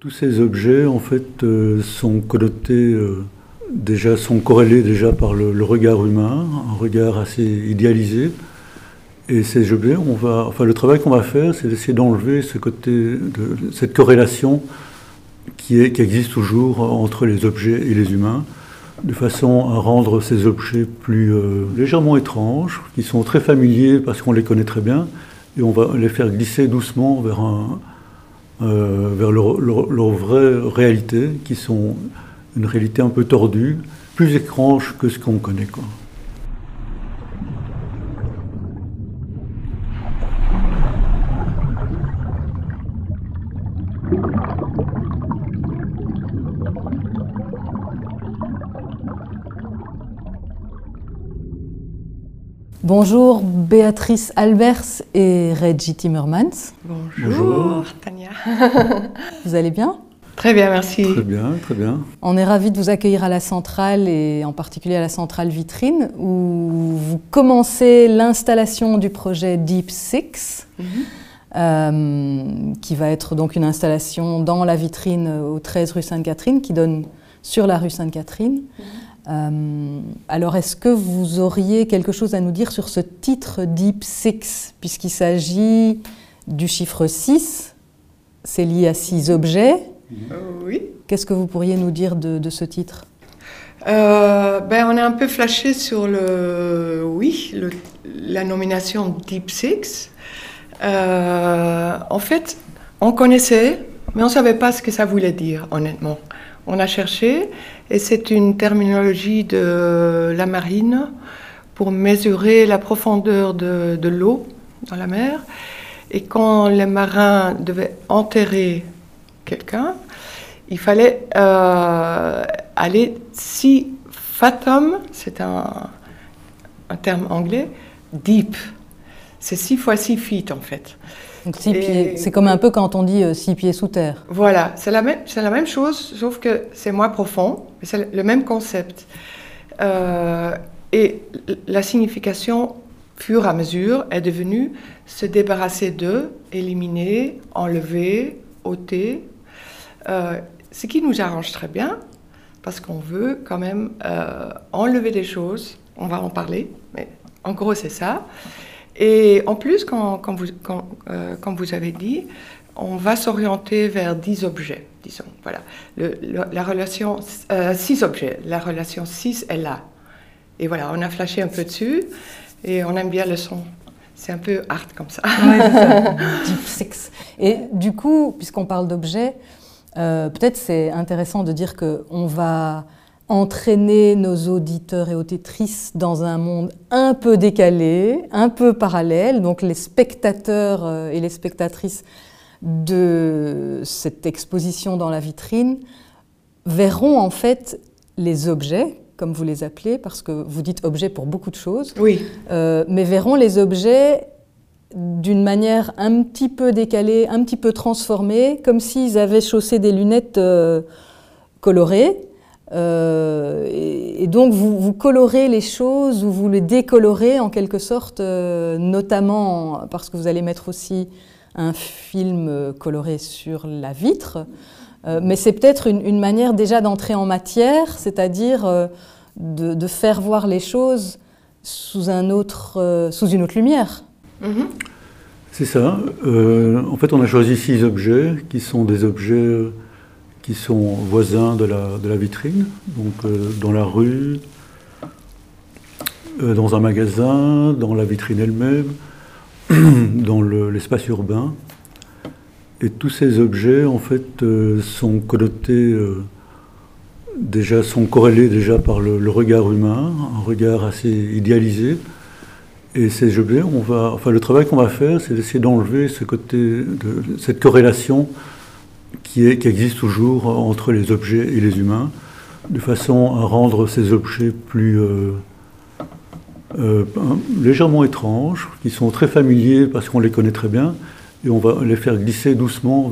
Tous ces objets, en fait, sont connotés, sont corrélés déjà par le regard humain, un regard assez idéalisé. Et ces objets, le travail qu'on va faire, c'est d'essayer d'enlever cette corrélation qui existe toujours entre les objets et les humains, de façon à rendre ces objets plus légèrement étranges, qui sont très familiers parce qu'on les connaît très bien, et on va les faire glisser doucement vers leur vraie réalité, qui sont une réalité un peu tordue, plus étrange que ce qu'on connaît, quoi. Bonjour Béatrice Albers et Reggie Timmermans. Bonjour Tania. Vous allez bien? Très bien, merci. Très bien, très bien. On est ravis de vous accueillir à la centrale et en particulier à la centrale Vitrine où vous commencez l'installation du projet Deep Six, qui va être donc une installation dans la Vitrine au 13 rue Sainte-Catherine qui donne sur la rue Sainte-Catherine. Alors, est-ce que vous auriez quelque chose à nous dire sur ce titre Deep Six, puisqu'il s'agit du chiffre 6, c'est lié à 6 objets. Oui. Qu'est-ce que vous pourriez nous dire de ce titre? On est un peu flashé sur la nomination Deep Six. En fait, on connaissait, mais on ne savait pas ce que ça voulait dire, honnêtement. On a cherché, et c'est une terminologie de la marine pour mesurer la profondeur de l'eau dans la mer. Et quand les marins devaient enterrer quelqu'un, il fallait aller 6 fathoms, c'est un terme anglais, deep. C'est 6 fois 6 feet en fait. Donc 6 pieds, c'est comme un peu quand on dit 6 pieds sous terre. Voilà, c'est la même chose, sauf que c'est moins profond, mais c'est le même concept. Et la signification, fur et à mesure, est devenue se débarrasser d'eux, éliminer, enlever, ôter. Ce qui nous arrange très bien, parce qu'on veut quand même enlever des choses, on va en parler, mais en gros c'est ça. Et en plus, comme vous avez dit, on va s'orienter vers 10 objets, disons. Voilà. La relation 6 objets, la relation 6 est là. Et voilà, on a flashé un peu dessus et on aime bien le son. C'est un peu art comme ça. Oui, c'est ça. Deep Six. Et du coup, puisqu'on parle d'objets, peut-être c'est intéressant de dire qu'on va entraîner nos auditeurs et auditrices dans un monde un peu décalé, un peu parallèle. Donc les spectateurs et les spectatrices de cette exposition dans la vitrine verront en fait les objets, comme vous les appelez, parce que vous dites objets pour beaucoup de choses, oui. Mais verront les objets d'une manière un petit peu décalée, un petit peu transformée, comme s'ils avaient chaussé des lunettes colorées. Et donc vous colorez les choses ou vous les décolorez en quelque sorte, notamment parce que vous allez mettre aussi un film coloré sur la vitre, mais c'est peut-être une manière déjà d'entrer en matière, c'est-à-dire de faire voir les choses sous une autre lumière. Mm-hmm. C'est ça. En fait, on a choisi 6 objets qui sont des objets qui sont voisins de la vitrine, donc dans la rue, dans un magasin, dans la vitrine elle-même, dans l'espace urbain. Et tous ces objets, en fait, sont connotés, sont corrélés déjà par le regard humain, un regard assez idéalisé. Et ces objets, le travail qu'on va faire, c'est d'essayer d'enlever cette corrélation qui existe toujours entre les objets et les humains, de façon à rendre ces objets plus légèrement étranges, qui sont très familiers parce qu'on les connaît très bien, et on va les faire glisser doucement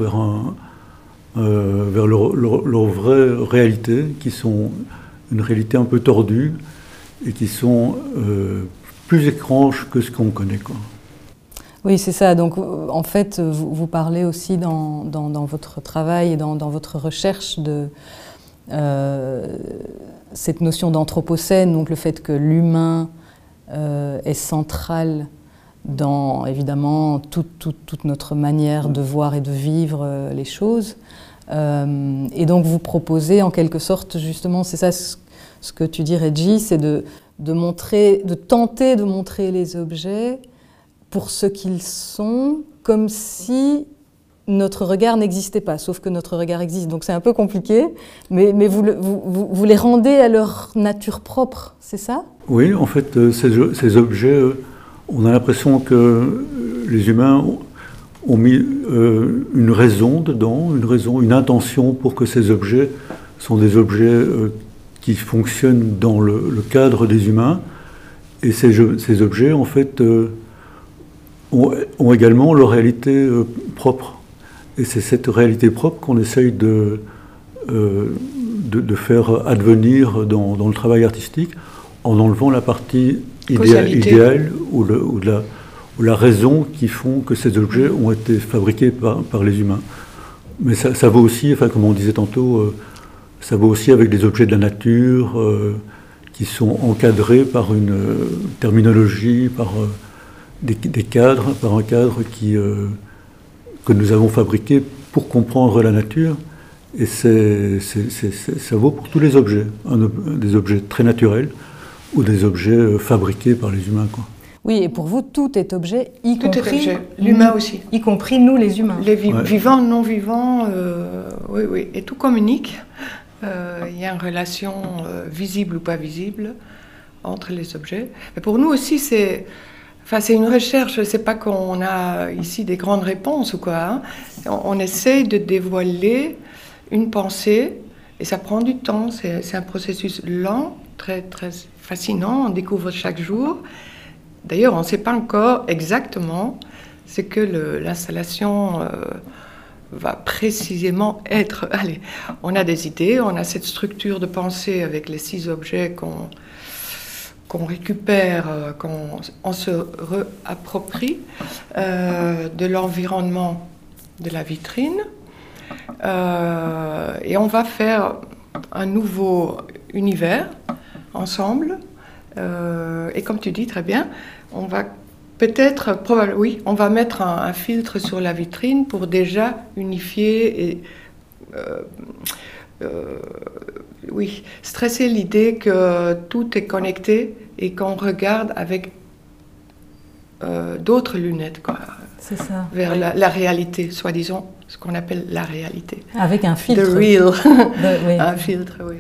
vers leur vraie réalité, qui sont une réalité un peu tordue, et qui sont plus étranges que ce qu'on connaît, quoi. Oui, c'est ça. Donc, en fait, vous parlez aussi dans votre travail et dans votre recherche de cette notion d'anthropocène, donc le fait que l'humain est central dans, évidemment, toute notre manière de voir et de vivre les choses. Et donc, vous proposez, en quelque sorte, justement, c'est ça ce que tu dis, Reggie, c'est de tenter de montrer les objets pour ce qu'ils sont, comme si notre regard n'existait pas, sauf que notre regard existe. Donc c'est un peu compliqué, mais vous les rendez à leur nature propre, c'est ça? Oui, en fait, ces objets, on a l'impression que les humains ont mis une raison dedans, une intention pour que ces objets sont des objets qui fonctionnent dans le cadre des humains. Et ces objets, en fait, ont également leur réalité propre. Et c'est cette réalité propre qu'on essaye de faire advenir dans le travail artistique en enlevant la partie idéale ou la raison qui font que ces objets ont été fabriqués par les humains. Mais ça vaut aussi, enfin, comme on disait tantôt, ça vaut aussi avec des objets de la nature qui sont encadrés par une terminologie, par des cadres, par un cadre que nous avons fabriqué pour comprendre la nature. Et ça vaut pour tous les objets, des objets très naturels ou des objets fabriqués par les humains, quoi. Oui, et pour vous, tout est objet, y compris l'humain aussi. Y compris nous, les humains. Les vivants, non vivants, oui. Et tout communique. Il y a une relation visible ou pas visible entre les objets. Mais pour nous aussi, c'est une recherche. C'est pas qu'on a ici des grandes réponses ou quoi. Hein. On essaye de dévoiler une pensée et ça prend du temps. C'est un processus lent, très, très fascinant. On découvre chaque jour. D'ailleurs, on ne sait pas encore exactement ce que l'installation va précisément être. Allez, on a des idées, on a cette structure de pensée avec les 6 objets qu'on récupère, qu'on se réapproprie de l'environnement de la vitrine. Et on va faire un nouveau univers ensemble. Et comme tu dis très bien, on va on va mettre un filtre sur la vitrine pour déjà unifier et stresser l'idée que tout est connecté et qu'on regarde avec d'autres lunettes, quoi. C'est ça. Vers la réalité, soi-disant, ce qu'on appelle la réalité. Avec un filtre. The real. Oui. Un filtre, oui.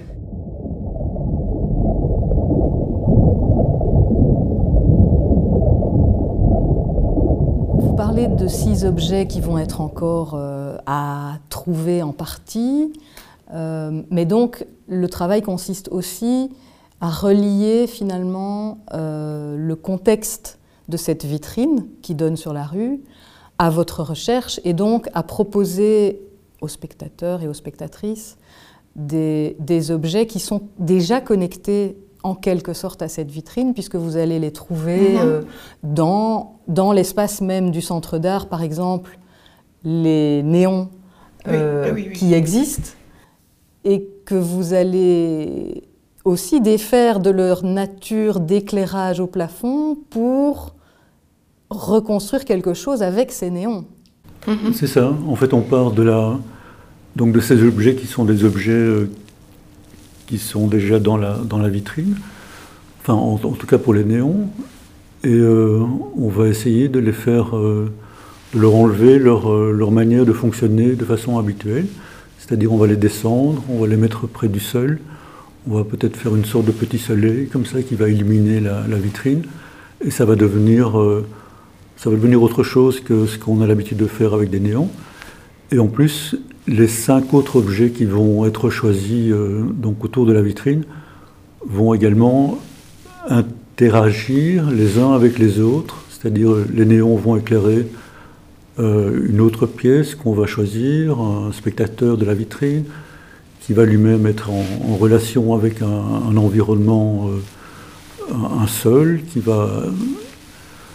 Vous parlez de 6 objets qui vont être encore à trouver en partie, mais donc le travail consiste aussi à relier finalement le contexte de cette vitrine qui donne sur la rue à votre recherche et donc à proposer aux spectateurs et aux spectatrices des très qui sont déjà connectés en quelque sorte à cette vitrine, puisque vous allez les trouver dans l'espace même du centre d'art, par exemple, les néons qui existent, et que vous allez aussi défaire de leur nature d'éclairage au plafond pour reconstruire quelque chose avec ces néons. C'est ça. En fait, on part de ces objets qui sont des objets qui sont déjà dans la vitrine, enfin en tout cas pour les néons, et on va essayer de les faire, de leur enlever leur manière de fonctionner de façon habituelle, c'est-à-dire on va les descendre, on va les mettre près du sol, on va peut-être faire une sorte de petit soleil comme ça qui va illuminer la vitrine, et ça va devenir autre chose que ce qu'on a l'habitude de faire avec des néons. Et en plus, les 5 autres objets qui vont être choisis donc autour de la vitrine vont également interagir les uns avec les autres, c'est-à-dire les néons vont éclairer une autre pièce qu'on va choisir, un spectateur de la vitrine qui va lui-même être en relation avec un environnement, un sol qui va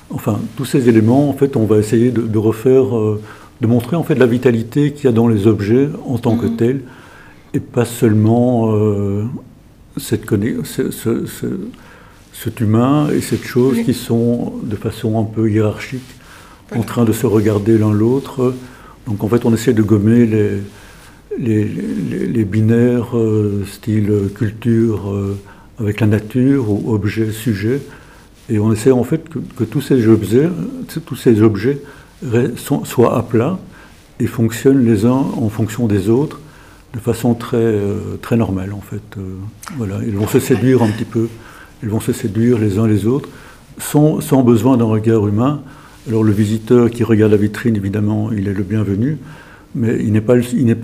enfin, tous ces éléments, en fait, on va essayer de refaire, de montrer en fait la vitalité qu'il y a dans les objets en tant que tels, et pas seulement cet humain et cette chose qui sont de façon un peu hiérarchique, en train de se regarder l'un l'autre. Donc en fait, on essaie de gommer les binaires style culture avec la nature ou objet, sujet. Et on essaie en fait que tous ces objets soient à plat et fonctionnent les uns en fonction des autres de façon très normale en fait. Voilà, ils vont se séduire un petit peu, ils vont se séduire les uns les autres sans besoin d'un regard humain. Alors le visiteur qui regarde la vitrine, évidemment, il est le bienvenu, mais il n'est pas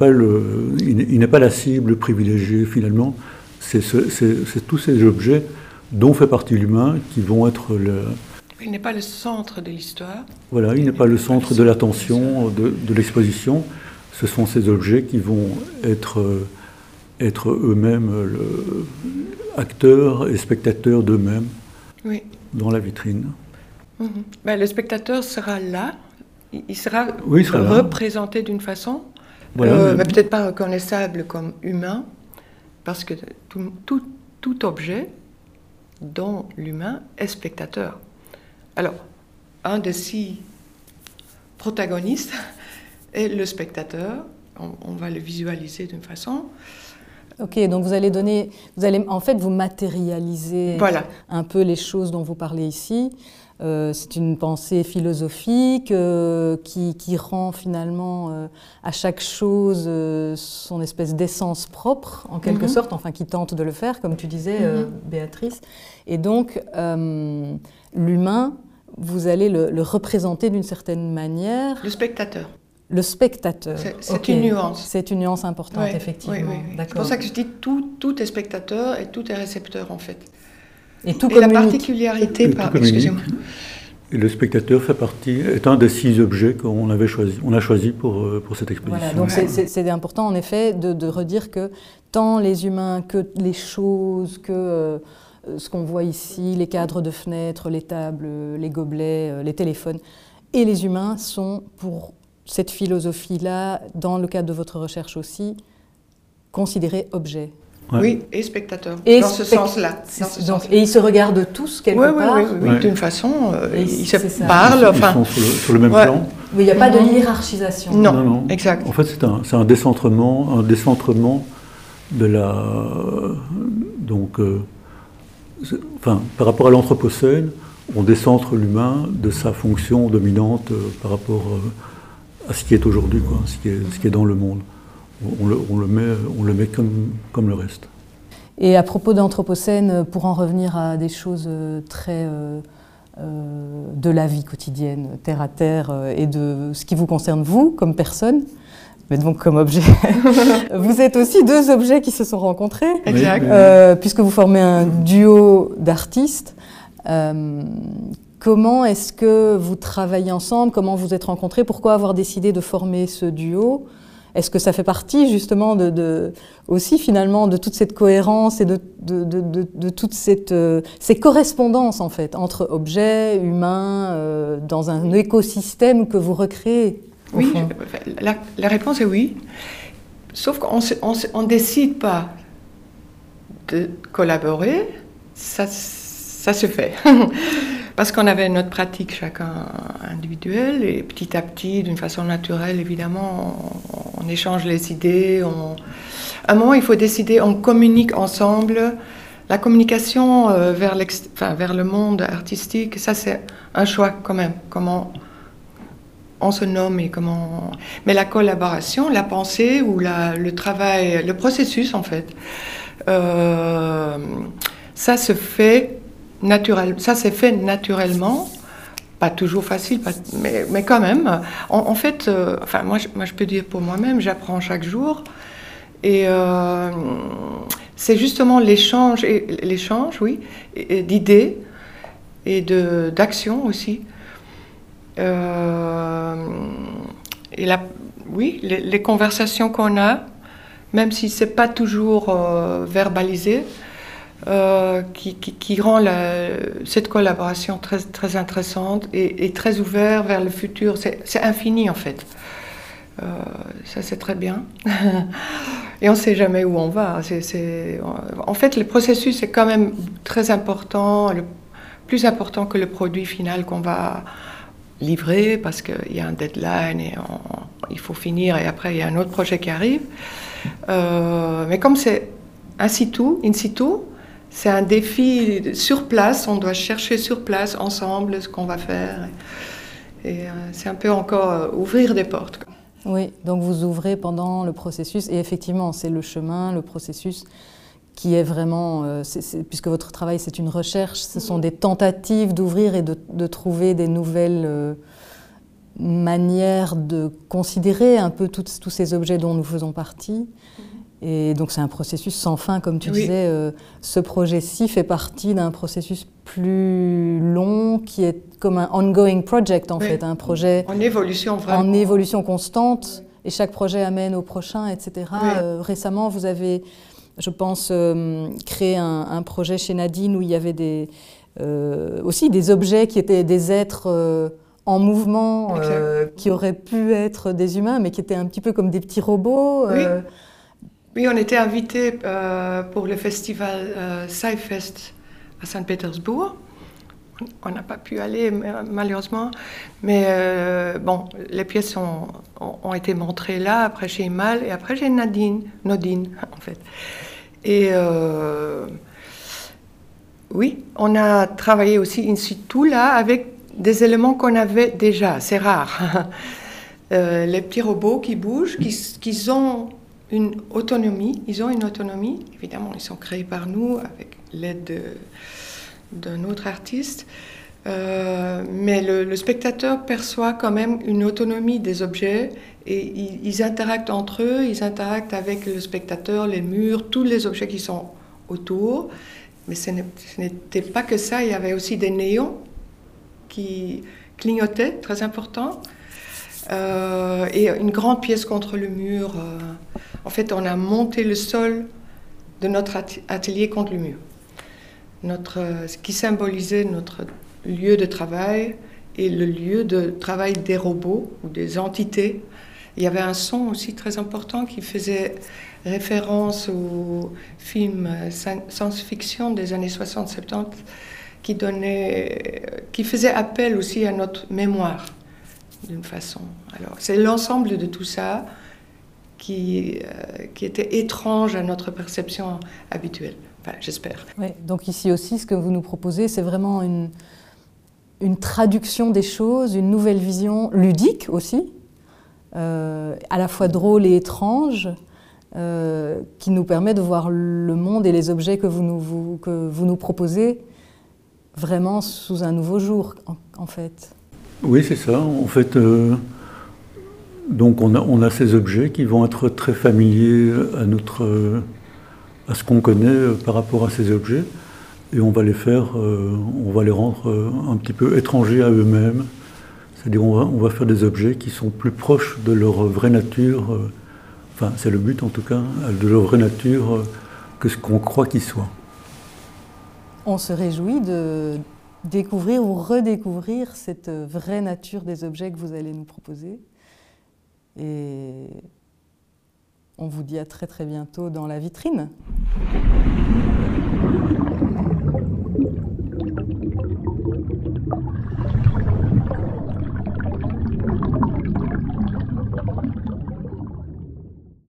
la cible privilégiée finalement. C'est tous ces objets dont fait partie l'humain qui vont être Il n'est pas le centre de l'histoire. Voilà, il n'est pas le centre de l'attention, de l'exposition. Ce sont ces objets qui vont être eux-mêmes acteurs et spectateurs d'eux-mêmes dans la vitrine. Ben, le spectateur sera là, il sera là. Représenté d'une façon, voilà, mais peut-être pas reconnaissable comme humain, parce que tout objet, dont l'humain, est spectateur. Alors, un des 6 protagonistes est le spectateur, on va le visualiser d'une façon. Ok, donc vous allez en fait vous matérialiser un peu les choses dont vous parlez ici. C'est une pensée philosophique qui rend finalement à chaque chose son espèce d'essence propre, en quelque sorte, enfin qui tente de le faire, comme tu disais, Béatrice. Et donc, l'humain, vous allez le représenter d'une certaine manière. Le spectateur. Le spectateur. C'est une nuance. C'est une nuance importante, effectivement. Oui. C'est pour ça que je dis tout est spectateur et tout est récepteur, en fait. Et tout la particularité, excusez-moi. Et le spectateur est un des 6 objets qu'on avait choisi. On a choisi pour cette exposition. Voilà, donc c'est important en effet de redire que tant les humains que les choses, que ce qu'on voit ici, les cadres de fenêtres, les tables, les gobelets, les téléphones, et les humains sont pour cette philosophie-là, dans le cadre de votre recherche aussi, considérés objets. Ouais. Oui, et spectateurs, dans ce sens-là. Et ils se regardent tous quelque part. Oui, d'une façon, ils se parlent. Ils sont sur le même plan. Oui, il n'y a pas de hiérarchisation. Non, exact. En fait, c'est un décentrement de la... Donc, par rapport à l'Anthropocène, on décentre l'humain de sa fonction dominante par rapport à ce qui est aujourd'hui, ce qui est dans le monde. On le met comme le reste. Et à propos d'Anthropocène, pour en revenir à des choses très de la vie quotidienne, terre à terre, et de ce qui vous concerne vous, comme personne, mais donc comme objet, vous êtes aussi 2 objets qui se sont rencontrés, puisque vous formez un duo d'artistes. Comment est-ce que vous travaillez ensemble? Comment vous êtes rencontrés? Pourquoi avoir décidé de former ce duo? Est-ce que ça fait partie justement aussi finalement de toute cette cohérence et de toutes ces correspondances en fait entre objets, humains, dans un écosystème que vous recréez? Oui, la réponse est oui. Sauf qu'on ne décide pas de collaborer, ça se fait. Parce qu'on avait notre pratique chacun individuelle et petit à petit, d'une façon naturelle, évidemment, on échange les idées. À un moment, il faut décider, on communique ensemble. La communication vers le monde artistique, ça c'est un choix quand même. Comment on se nomme et comment... Mais la collaboration, la pensée ou le travail, le processus en fait, ça se fait... Ça s'est fait naturellement, pas toujours facile, mais quand même. En fait, moi je peux dire pour moi-même, j'apprends chaque jour. Et c'est justement l'échange d'idées et d'actions aussi. Et les conversations qu'on a, même si c'est pas toujours verbalisé, qui rend cette collaboration très, très intéressante et très ouverte vers le futur. C'est infini en fait. Ça c'est très bien. Et on ne sait jamais où on va. En fait, le processus est quand même très important, plus important que le produit final qu'on va livrer, parce qu'il y a un deadline et il faut finir, et après il y a un autre projet qui arrive. Mais comme c'est in situ, c'est un défi sur place, on doit chercher sur place ensemble ce qu'on va faire. Et c'est un peu encore ouvrir des portes, quoi. Oui, donc vous ouvrez pendant le processus, et effectivement, c'est le chemin, le processus qui est vraiment, puisque votre travail c'est une recherche, ce sont des tentatives d'ouvrir et de trouver des nouvelles manières de considérer un peu tous ces objets dont nous faisons partie. Et donc c'est un processus sans fin, comme tu disais. Ce projet-ci fait partie d'un processus plus long qui est comme un ongoing project en fait, un projet en évolution, vraiment. En évolution constante, et chaque projet amène au prochain, etc. Récemment, vous avez, je pense, créé un projet chez Nadine où il y avait aussi des objets qui étaient des êtres en mouvement, qui auraient pu être des humains, mais qui étaient un petit peu comme des petits robots. Oui, on était invités pour le festival SciFest à Saint-Pétersbourg. On n'a pas pu aller, malheureusement. Mais bon, les pièces ont été montrées là, après chez Imal et après chez Nodine, en fait. Et oui, on a travaillé aussi in situ là, avec des éléments qu'on avait déjà. C'est rare. Les petits robots qui bougent, qui ont une autonomie. Ils ont une autonomie. Évidemment, ils sont créés par nous avec l'aide d'un autre artiste. Mais le spectateur perçoit quand même une autonomie des objets et ils interactent entre eux, ils interactent avec le spectateur, les murs, tous les objets qui sont autour. Mais ce n'était pas que ça, il y avait aussi des néons qui clignotaient, très important. Et une grande pièce contre le mur. En fait, on a monté le sol de notre atelier contre le mur. Ce qui symbolisait notre lieu de travail et le lieu de travail des robots ou des entités. Il y avait un son aussi très important qui faisait référence au film science-fiction des années 60-70 qui faisait appel aussi à notre mémoire d'une façon. Alors, c'est l'ensemble de tout ça qui était étrange à notre perception habituelle. Enfin, j'espère. Oui, donc ici aussi, ce que vous nous proposez, c'est vraiment une traduction des choses, une nouvelle vision ludique aussi, à la fois drôle et étrange, qui nous permet de voir le monde et les objets que vous nous proposez vraiment sous un nouveau jour, en fait. Oui, c'est ça. En fait, donc on a ces objets qui vont être très familiers à ce qu'on connaît par rapport à ces objets, et on va les rendre un petit peu étrangers à eux-mêmes. C'est-à-dire on va faire des objets qui sont plus proches de leur vraie nature, enfin c'est le but en tout cas, de leur vraie nature que ce qu'on croit qu'ils soient. On se réjouit de découvrir ou redécouvrir cette vraie nature des objets que vous allez nous proposer. Et on vous dit à très très bientôt dans la vitrine.